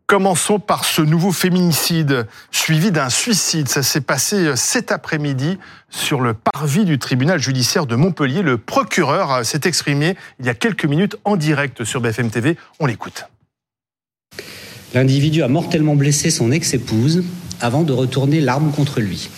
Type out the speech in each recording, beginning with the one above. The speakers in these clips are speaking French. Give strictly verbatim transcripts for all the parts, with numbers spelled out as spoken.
Commençons par ce nouveau féminicide suivi d'un suicide. Ça s'est passé cet après-midi sur le parvis du tribunal judiciaire de Montpellier. Le procureur s'est exprimé il y a quelques minutes en direct sur B F M T V. On l'écoute. L'individu a mortellement blessé son ex-épouse avant de retourner l'arme contre lui.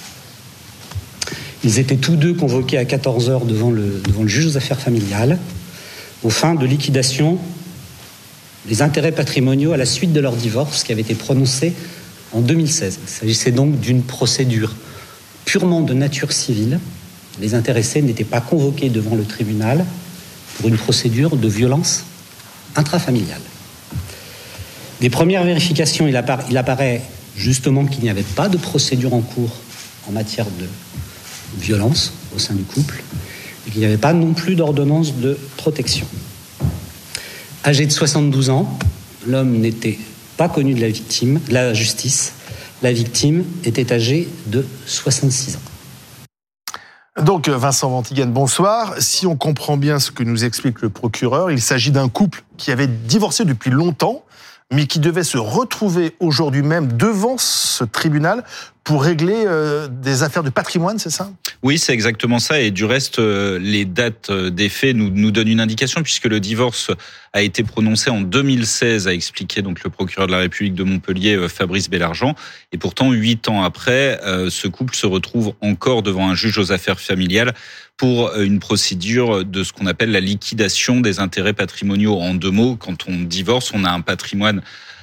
Ils étaient tous deux convoqués à quatorze heures devant le, devant le juge aux affaires familiales aux fins de liquidation des intérêts patrimoniaux à la suite de leur divorce qui avait été prononcé en deux mille seize. Il s'agissait donc d'une procédure purement de nature civile. Les intéressés n'étaient pas convoqués devant le tribunal pour une procédure de violence intrafamiliale. Des premières vérifications, il apparaît, il apparaît justement qu'il n'y avait pas de procédure en cours en matière de violence au sein du couple et qu'il n'y avait pas non plus d'ordonnance de protection. Âgé de soixante-douze ans, l'homme n'était pas connu de la victime, de la justice. La victime était âgée de soixante-six ans. Donc Vincent Ventiguen, bonsoir. Si on comprend bien ce que nous explique le procureur, il s'agit d'un couple qui avait divorcé depuis longtemps, mais qui devait se retrouver aujourd'hui même devant ce tribunal pour régler euh, des affaires de patrimoine, c'est ça ? Oui, c'est exactement ça. Et du reste, euh, les dates des faits nous, nous donnent une indication, puisque le divorce a été prononcé en deux mille seize, a expliqué donc le procureur de la République de Montpellier, euh, Fabrice Bellargent. Et pourtant, huit ans après, euh, ce couple se retrouve encore devant un juge aux affaires familiales pour une procédure de ce qu'on appelle la liquidation des intérêts patrimoniaux. En deux mots, quand on divorce, on a un patrimoine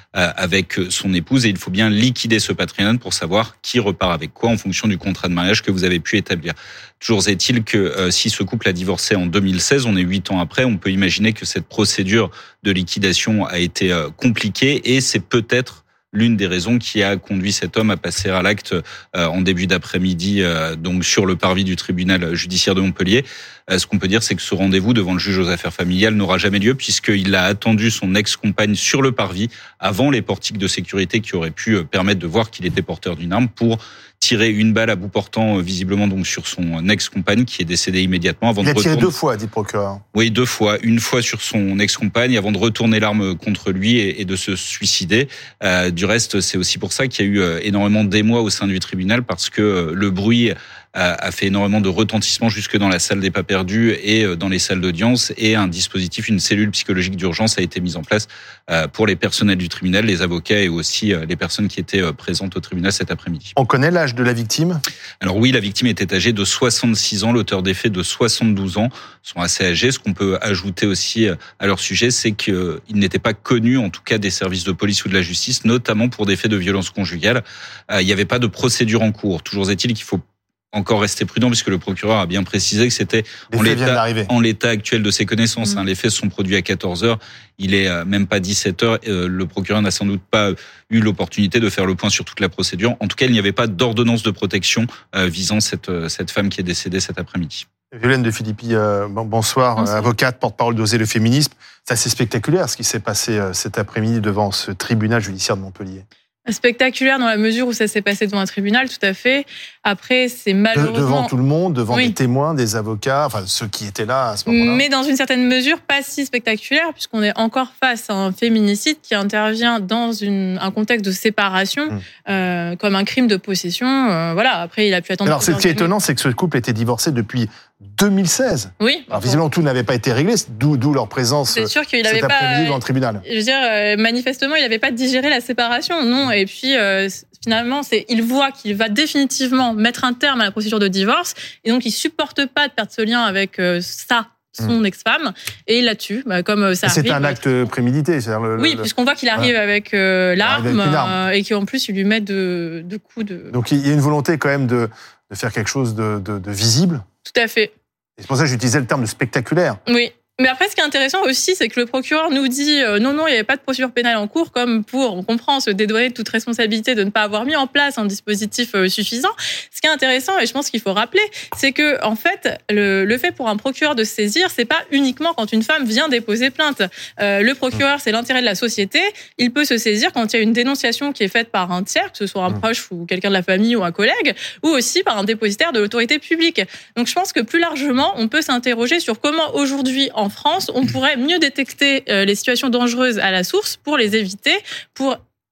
avec son épouse et il faut bien liquider ce patrimoine pour savoir qui repart avec quoi en fonction du contrat de mariage que vous avez pu établir. Toujours est-il que euh, si ce couple a divorcé en deux mille seize, on est huit ans après, on peut imaginer que cette procédure de liquidation a été euh, compliquée et c'est peut-être l'une des raisons qui a conduit cet homme à passer à l'acte euh, en début d'après-midi, euh, donc sur le parvis du tribunal judiciaire de Montpellier. Euh, ce qu'on peut dire, c'est que ce rendez-vous devant le juge aux affaires familiales n'aura jamais lieu puisqu'il a attendu son ex-compagne sur le parvis avant les portiques de sécurité qui auraient pu permettre de voir qu'il était porteur d'une arme pour tirer une balle à bout portant, visiblement donc sur son ex-compagne qui est décédée immédiatement avant Il de a tiré retourner... deux fois, dit le procureur. Oui, deux fois. Une fois sur son ex-compagne avant de retourner l'arme contre lui et, et de se suicider. Euh, du reste, c'est aussi pour ça qu'il y a eu énormément d'émoi au sein du tribunal parce que le bruit a fait énormément de retentissement jusque dans la salle des pas perdus et dans les salles d'audience et un dispositif, une cellule psychologique d'urgence a été mise en place pour les personnels du tribunal, les avocats et aussi les personnes qui étaient présentes au tribunal cet après-midi. On connaît l'âge de la victime ? Alors oui, la victime était âgée de soixante-six ans, l'auteur des faits de soixante-douze ans, sont assez âgés. Ce qu'on peut ajouter aussi à leur sujet, c'est qu'ils n'étaient pas connus, en tout cas des services de police ou de la justice, notamment pour des faits de violence conjugale. Il n'y avait pas de procédure en cours. Toujours est-il qu'il faut encore rester prudent puisque le procureur a bien précisé que c'était en l'état, en l'état actuel de ses connaissances. Mmh. Hein, les faits sont produits à quatorze heures, il est même pas dix-sept heures. Euh, le procureur n'a sans doute pas eu l'opportunité de faire le point sur toute la procédure. En tout cas, il n'y avait pas d'ordonnance de protection euh, visant cette, cette femme qui est décédée cet après-midi. Violaine de Philippi, euh, bonsoir, bonsoir. Avocate, porte-parole d'Oser le féminisme. C'est assez spectaculaire ce qui s'est passé euh, cet après-midi devant ce tribunal judiciaire de Montpellier. Spectaculaire dans la mesure où ça s'est passé devant un tribunal, tout à fait. Après, c'est malheureusement... De, devant tout le monde, devant oui. des témoins, des avocats, enfin ceux qui étaient là à ce moment-là. Mais dans une certaine mesure, pas si spectaculaire, puisqu'on est encore face à un féminicide qui intervient dans une, un contexte de séparation, mmh. euh, comme un crime de possession. Euh, voilà, après, il a pu attendre... Alors, ce qui est étonnant, c'est que ce couple était divorcé depuis deux mille seize. Oui. Alors, visiblement, tout n'avait pas été réglé, d'où, d'où leur présence c'est sûr qu'il cet avait après-midi pas, devant le tribunal. Je veux dire, euh, manifestement, il n'avait pas digéré la séparation, non. Et puis, euh, finalement, c'est, il voit qu'il va définitivement mettre un terme à la procédure de divorce, et donc il supporte pas de perdre ce lien avec euh, ça. son mmh. ex-femme, et il la tue, bah, comme ça arrive. C'est un acte prémédité. C'est-à-dire le, oui, le... puisqu'on voit qu'il arrive ouais. avec euh, l'arme, avec une arme. Euh, et qu'en plus, il lui met de, de coups de... Donc il y a une volonté quand même de, de faire quelque chose de, de, de visible. Tout à fait. Et c'est pour ça que j'utilisais le terme de spectaculaire. Oui. Mais après, ce qui est intéressant aussi, c'est que le procureur nous dit euh, non, non, il n'y avait pas de procédure pénale en cours, comme pour, on comprend, se dédouaner de toute responsabilité de ne pas avoir mis en place un dispositif euh, suffisant. Ce qui est intéressant, et je pense qu'il faut rappeler, c'est que en fait, le, le fait pour un procureur de se saisir, c'est pas uniquement quand une femme vient déposer plainte. Euh, le procureur, c'est l'intérêt de la société. Il peut se saisir quand il y a une dénonciation qui est faite par un tiers, que ce soit un proche ou quelqu'un de la famille ou un collègue, ou aussi par un dépositaire de l'autorité publique. Donc, je pense que plus largement, on peut s'interroger sur comment aujourd'hui, en France, on pourrait mieux détecter les situations dangereuses à la source pour les éviter, pour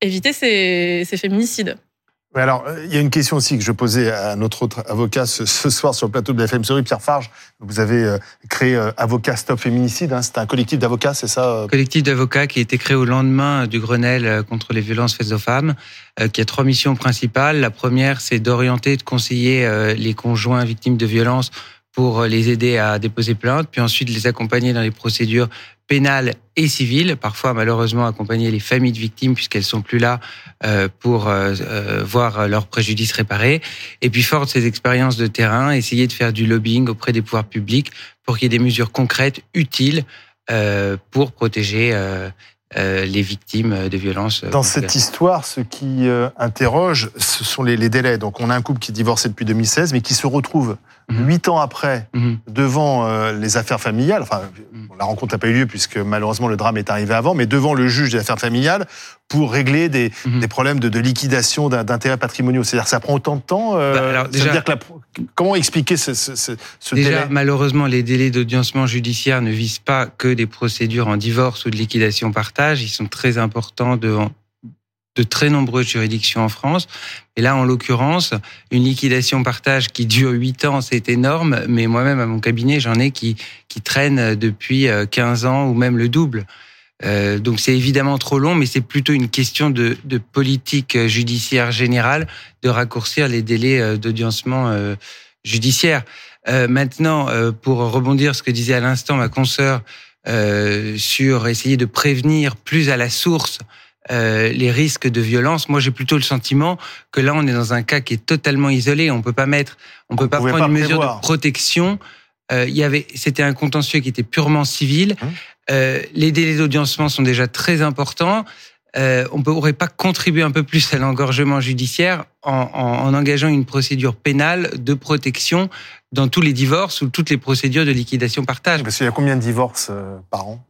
éviter ces, ces féminicides. Mais alors, il y a une question aussi que je posais à notre autre avocat ce, ce soir sur le plateau de B F M Story, Pierre Farge. Vous avez créé Avocat Stop Féminicide. Hein, c'est un collectif d'avocats, c'est ça? Collectif d'avocats qui a été créé au lendemain du Grenelle contre les violences faites aux femmes, euh, qui a trois missions principales. La première, c'est d'orienter et de conseiller euh, les conjoints victimes de violences pour les aider à déposer plainte, puis ensuite les accompagner dans les procédures pénales et civiles, parfois malheureusement accompagner les familles de victimes puisqu'elles sont plus là euh, pour euh, euh, voir leurs préjudices réparés. Et puis fort de ces expériences de terrain, essayer de faire du lobbying auprès des pouvoirs publics pour qu'il y ait des mesures concrètes, utiles euh, pour protéger euh, euh, les victimes de violences. Dans cette histoire, ce qui euh, interroge, ce sont les, les délais. Donc on a un couple qui est divorcé depuis deux mille seize, mais qui se retrouve huit ans après, mmh. devant euh, les affaires familiales, enfin, bon, la rencontre n'a pas eu lieu puisque malheureusement le drame est arrivé avant, mais devant le juge des affaires familiales pour régler des, mmh. des problèmes de, de liquidation d'intérêts patrimoniaux. C'est-à-dire que ça prend autant de temps euh, bah, alors, déjà, ça veut dire que la, comment expliquer ce, ce, ce, ce déjà, délai? Malheureusement, les délais d'audiencement judiciaire ne visent pas que des procédures en divorce ou de liquidation-partage. Ils sont très importants de... de très nombreuses juridictions en France. Et là, en l'occurrence, une liquidation-partage qui dure huit ans, c'est énorme, mais moi-même, à mon cabinet, j'en ai qui, qui traînent depuis quinze ans ou même le double. Euh, donc c'est évidemment trop long, mais c'est plutôt une question de, de politique judiciaire générale de raccourcir les délais d'audiencement euh, judiciaire. Euh, maintenant, euh, pour rebondir sur ce que disait à l'instant ma consoeur euh, sur essayer de prévenir plus à la source Euh, les risques de violence. Moi, j'ai plutôt le sentiment que là, on est dans un cas qui est totalement isolé. On peut pas mettre, on, on peut pas prendre pas une mesure prévoir. de protection. Euh, il y avait, c'était un contentieux qui était purement civil. Hum. Euh, les délais d'audiencement sont déjà très importants. Euh, on ne pourrait pas contribuer un peu plus à l'engorgement judiciaire en, en, en engageant une procédure pénale de protection dans tous les divorces ou toutes les procédures de liquidation-partage. Parce qu'il y a combien de divorces euh, par an?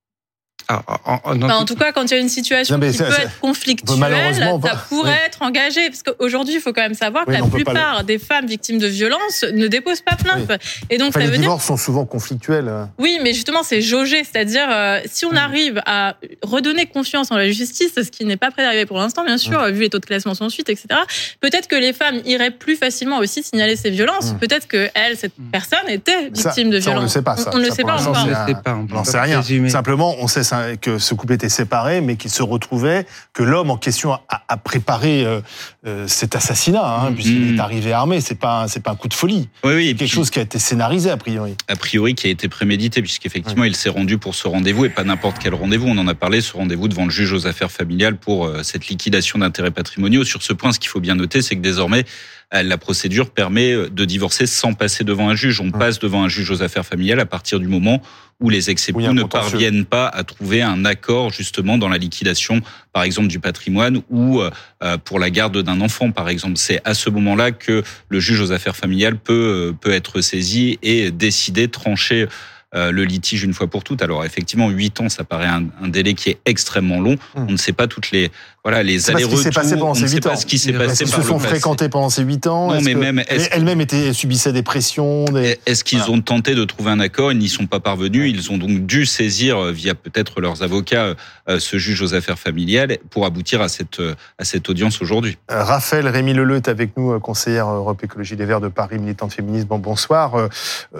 Ah, en, en, en tout cas, quand il y a une situation non, qui peut être conflictuelle, ça pourrait oui. être engagé. Parce qu'aujourd'hui, il faut quand même savoir oui, que la plupart le... des femmes victimes de violences ne déposent pas plainte. Oui. Et donc, enfin, ça les veut divorces dire... sont souvent conflictuels. Oui, mais justement, c'est jaugé. C'est-à-dire, euh, si on arrive à redonner confiance en la justice, ce qui n'est pas prêt d'arriver pour l'instant, bien sûr, oui. vu les taux de classement sans suite, et cetera, peut-être que les femmes iraient plus facilement aussi signaler ces violences. Oui. Peut-être que elle, cette personne, était victime ça, de violences. On ne sait pas, ça. On ne le sait pas encore. On n'en sait rien. Simplement, on sait que ce couple étaient séparés, mais qu'ils se retrouvaient, que l'homme en question a, a préparé euh, euh, cet assassinat, hein, mmh. puisqu'il est arrivé armé. C'est pas, c'est pas un coup de folie. Oui, oui, c'est quelque chose qui a été scénarisé a priori. A priori, qui a été prémédité, puisqu'effectivement, oui. il s'est rendu pour ce rendez-vous et pas n'importe quel rendez-vous. On en a parlé, ce rendez-vous devant le juge aux affaires familiales pour euh, cette liquidation d'intérêts patrimoniaux. Sur ce point, ce qu'il faut bien noter, c'est que désormais, la procédure permet de divorcer sans passer devant un juge. On passe devant un juge aux affaires familiales à partir du moment où les ex-époux ne parviennent pas à trouver un accord justement dans la liquidation, par exemple, du patrimoine ou pour la garde d'un enfant, par exemple. C'est à ce moment-là que le juge aux affaires familiales peut, peut être saisi et décider, trancher le litige une fois pour toutes. Alors effectivement, huit ans, ça paraît un, un délai qui est extrêmement long. Hum. On ne sait pas toutes les voilà les allers-retours. On ne sait pas ce qui s'est passé pendant ces huit ans. Est-ce qu'ils se sont fréquentés pendant ces huit ans? Non, mais même elles-mêmes étaient subissaient des pressions. Des... Est-ce qu'ils voilà. ont tenté de trouver un accord? Ils n'y sont pas parvenus. Ils ont donc dû saisir via peut-être leurs avocats ce juge aux affaires familiales pour aboutir à cette à cette audience aujourd'hui. Euh, Raphaël Rémy Leleu est avec nous, conseillère Europe Écologie Les Verts de Paris, militante féministe. Bon, bonsoir. Euh,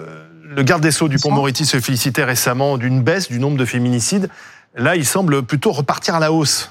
Le garde des Sceaux Dupond-Moretti se félicitait récemment d'une baisse du nombre de féminicides. Là, il semble plutôt repartir à la hausse.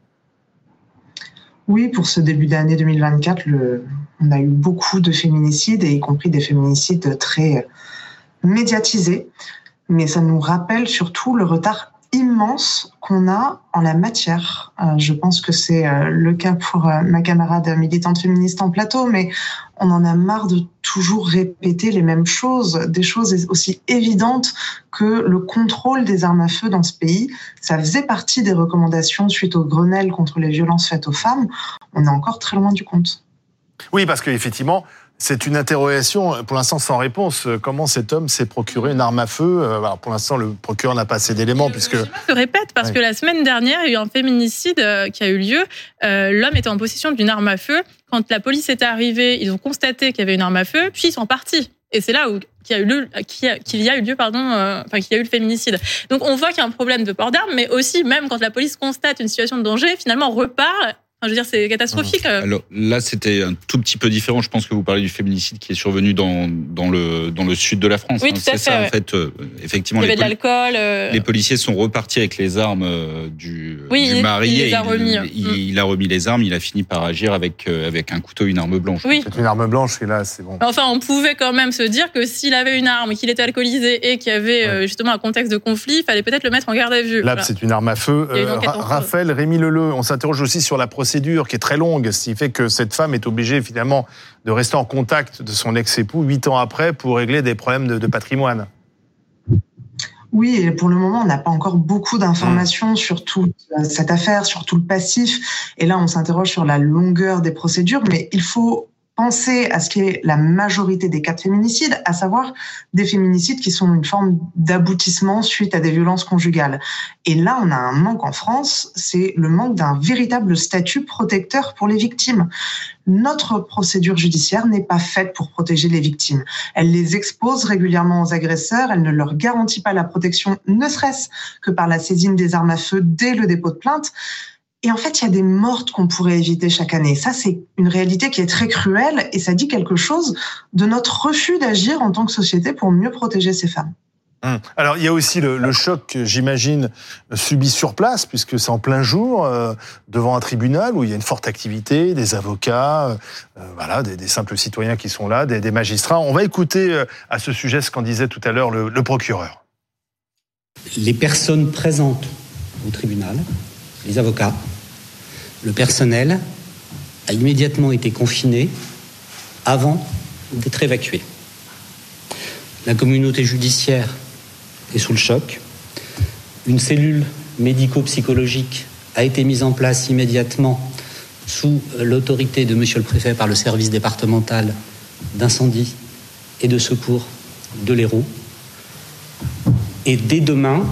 Oui, pour ce début d'année deux mille vingt-quatre, le, on a eu beaucoup de féminicides, et y compris des féminicides très médiatisés. Mais ça nous rappelle surtout le retard immense qu'on a en la matière. Euh, je pense que c'est euh, le cas pour euh, ma camarade militante féministe en plateau, mais on en a marre de toujours répéter les mêmes choses, des choses aussi évidentes que le contrôle des armes à feu dans ce pays. Ça faisait partie des recommandations suite au Grenelle contre les violences faites aux femmes. On est encore très loin du compte. Oui, parce qu'effectivement, c'est une interrogation, pour l'instant sans réponse. Comment cet homme s'est procuré une arme à feu? Alors, pour l'instant, le procureur n'a pas assez d'éléments. Le puisque... Je répète, parce ouais. que la semaine dernière, il y a eu un féminicide qui a eu lieu. Euh, l'homme était en possession d'une arme à feu. Quand la police est arrivée, ils ont constaté qu'il y avait une arme à feu, puis ils sont partis. et c'est là où qu'il y a eu lieu, qu'il y a eu lieu, pardon, euh, enfin qu'il y a eu le féminicide. Donc on voit qu'il y a un problème de port d'armes, mais aussi même quand la police constate une situation de danger, finalement repart. Enfin, je veux dire, c'est catastrophique. Alors là, c'était un tout petit peu différent. Je pense que vous parlez du féminicide qui est survenu dans dans le dans le sud de la France. Oui, hein. tout à c'est fait, ça ouais. en fait. Euh, effectivement, il y avait les, de l'alcool. Euh... les policiers sont repartis avec les armes euh, du, oui, du il, mari. Il les a et remis. Il, il, il a remis les armes. Il a fini par agir avec euh, avec un couteau, une arme blanche. Oui. C'est une arme blanche et là, c'est bon. Enfin, on pouvait quand même se dire que s'il avait une arme, qu'il était alcoolisé et qu'il y avait ouais. euh, justement un contexte de conflit, il fallait peut-être le mettre en garde à vue. Là, voilà. C'est une arme à feu. Euh, Ra- Raphaël, Rémi Leleu, on s'interroge aussi sur la procédure qui est très longue, ce qui fait que cette femme est obligée finalement de rester en contact de son ex-époux huit ans après pour régler des problèmes de, de patrimoine. Oui, et pour le moment, on n'a pas encore beaucoup d'informations mmh. sur toute cette affaire, sur tout le passif. Et là, on s'interroge sur la longueur des procédures, mais il faut penser à ce qui est la majorité des cas de féminicide, à savoir des féminicides qui sont une forme d'aboutissement suite à des violences conjugales. Et là, on a un manque en France, c'est le manque d'un véritable statut protecteur pour les victimes. Notre procédure judiciaire n'est pas faite pour protéger les victimes. Elle les expose régulièrement aux agresseurs, elle ne leur garantit pas la protection, ne serait-ce que par la saisine des armes à feu dès le dépôt de plainte. Et en fait, il y a des mortes qu'on pourrait éviter chaque année. Ça, c'est une réalité qui est très cruelle et ça dit quelque chose de notre refus d'agir en tant que société pour mieux protéger ces femmes. Hum. Alors, il y a aussi le, le choc, j'imagine, subi sur place, puisque c'est en plein jour, euh, devant un tribunal où il y a une forte activité, des avocats, euh, voilà, des, des simples citoyens qui sont là, des, des magistrats. On va écouter euh, à ce sujet ce qu'en disait tout à l'heure le, le procureur. Les personnes présentes au tribunal, les avocats, le personnel a immédiatement été confiné avant d'être évacué. La communauté judiciaire est sous le choc. Une cellule médico-psychologique a été mise en place immédiatement sous l'autorité de Monsieur le Préfet par le service départemental d'incendie et de secours de l'Hérault. Et dès demain,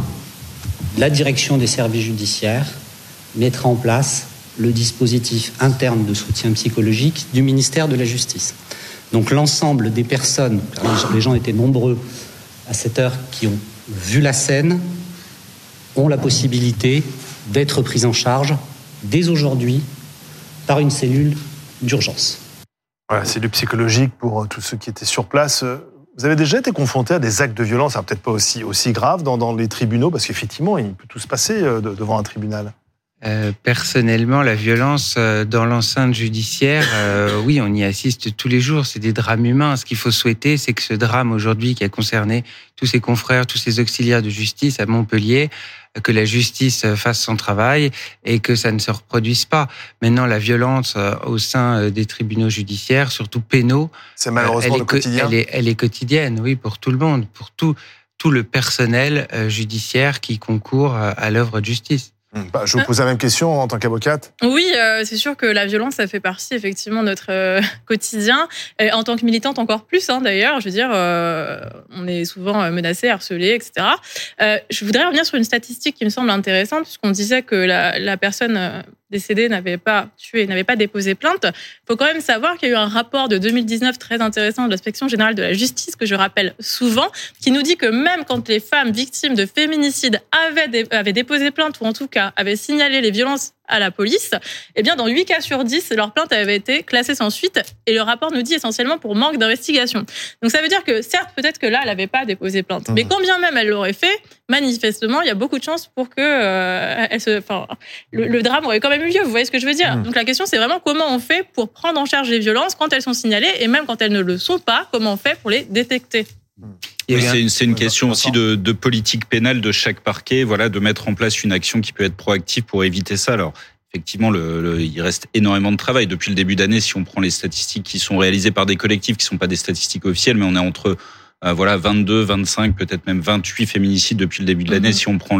la direction des services judiciaires mettra en place le dispositif interne de soutien psychologique du ministère de la Justice. Donc l'ensemble des personnes, les gens étaient nombreux à cette heure, qui ont vu la scène, ont la possibilité d'être prises en charge dès aujourd'hui par une cellule d'urgence. Voilà, cellule psychologique pour tous ceux qui étaient sur place. Vous avez déjà été confronté à des actes de violence, alors peut-être pas aussi, aussi graves dans, dans les tribunaux, parce qu'effectivement, il peut tout se passer devant un tribunal. Euh, personnellement, la violence euh, dans l'enceinte judiciaire, euh, oui, on y assiste tous les jours. C'est des drames humains. Ce qu'il faut souhaiter, c'est que ce drame aujourd'hui qui a concerné tous ses confrères, tous ses auxiliaires de justice à Montpellier, que la justice fasse son travail et que ça ne se reproduise pas. Maintenant, la violence euh, au sein des tribunaux judiciaires, surtout pénaux, c'est malheureusement euh, le quotidien. Elle est, elle est quotidienne, oui, pour tout le monde, pour tout, tout le personnel euh, judiciaire qui concourt à, à l'œuvre de justice. Bah, je vous pose la même question en tant qu'avocate. Oui, euh, c'est sûr que la violence, ça fait partie effectivement de notre euh, quotidien. Et en tant que militante, encore plus, hein, d'ailleurs. Je veux dire, euh, on est souvent menacé, harcelé, et cetera. Euh, je voudrais revenir sur une statistique qui me semble intéressante, puisqu'on disait que la, la personne décédée n'avait pas tué, n'avait pas déposé plainte. Il faut quand même savoir qu'il y a eu un rapport de deux mille dix-neuf très intéressant de l'Inspection générale de la justice, que je rappelle souvent, qui nous dit que même quand les femmes victimes de féminicide avaient, dé, avaient déposé plainte, ou en tout cas avaient signalé les violences à la police, eh bien, dans huit cas sur dix, leur plainte avait été classée sans suite, et le rapport nous dit essentiellement pour manque d'investigation. Donc ça veut dire que, certes, peut-être que là, elle n'avait pas déposé plainte, mmh. mais quand bien même elle l'aurait fait, manifestement, il y a beaucoup de chances pour que euh, elle se, enfin, le, le drame aurait quand même eu lieu, vous voyez ce que je veux dire ? mmh. Donc la question, c'est vraiment comment on fait pour prendre en charge les violences quand elles sont signalées, et même quand elles ne le sont pas, comment on fait pour les détecter ? Oui, c'est une, c'est une question aussi de, de politique pénale de chaque parquet, voilà, de mettre en place une action qui peut être proactive pour éviter ça. Alors, effectivement, le, le, il reste énormément de travail. Depuis le début d'année, si on prend les statistiques qui sont réalisées par des collectifs, qui ne sont pas des statistiques officielles, mais on est entre euh, voilà vingt-deux, vingt-cinq, peut-être même vingt-huit féminicides depuis le début de l'année. Mmh. Si on prend le,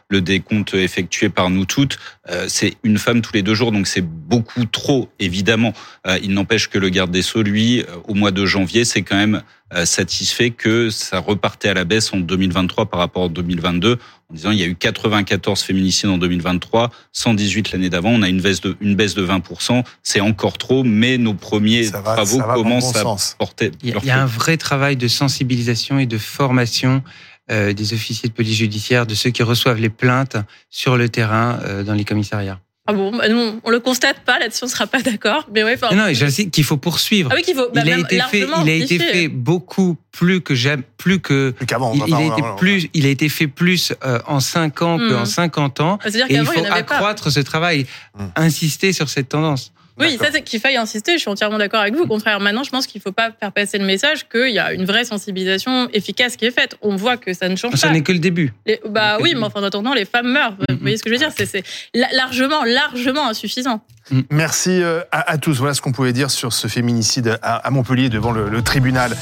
le décompte effectué par nous toutes, euh, c'est une femme tous les deux jours, donc c'est beaucoup trop, évidemment. Euh, il n'empêche que le garde des Sceaux, lui, au mois de janvier, c'est quand même euh, satisfait que ça repartait à la baisse en deux mille vingt-trois par rapport à deux mille vingt-deux, en disant il y a eu quatre-vingt-quatorze féminicides en deux mille vingt-trois, cent dix-huit l'année d'avant, on a une baisse de, une baisse de vingt pour cent, c'est encore trop, mais nos premiers Ça va, travaux ça va commencent dans le bon à sens. porter Il y a, leur il y a un fruit. vrai travail de sensibilisation et de formation euh, des officiers de police judiciaire, de ceux qui reçoivent les plaintes sur le terrain euh, dans les commissariats. Ah bon, bah non, on le constate pas, là-dessus on sera pas d'accord. Mais ouais, enfin, Non, non, j'insiste qu'il faut poursuivre. ah oui, qu'il faut bah, il a même été fait, largement il a été amplifier. fait beaucoup plus que jamais, plus que. Plus qu'avant. Il, on va il pas- a on va- été on va- plus, il a été fait plus euh, en cinq ans Hmm. qu'en cinquante ans. C'est-à-dire Et il qu'avant, il faut n'y en avait pas. accroître ce travail, Hmm. insister sur cette tendance. Oui, D'accord. ça, c'est qu'il faille insister. Je suis entièrement d'accord avec vous. Au contraire, maintenant, je pense qu'il ne faut pas faire passer le message qu'il y a une vraie sensibilisation efficace qui est faite. On voit que ça ne change Ça pas. n'est que le début. Les- bah Donc, oui, euh, mais enfin, en attendant, les femmes meurent. Vous Mhm. voyez ce que je veux dire? C'est, c'est la- largement, largement insuffisant. Merci euh, à, à tous. Voilà ce qu'on pouvait dire sur ce féminicide à, à Montpellier devant le, le tribunal.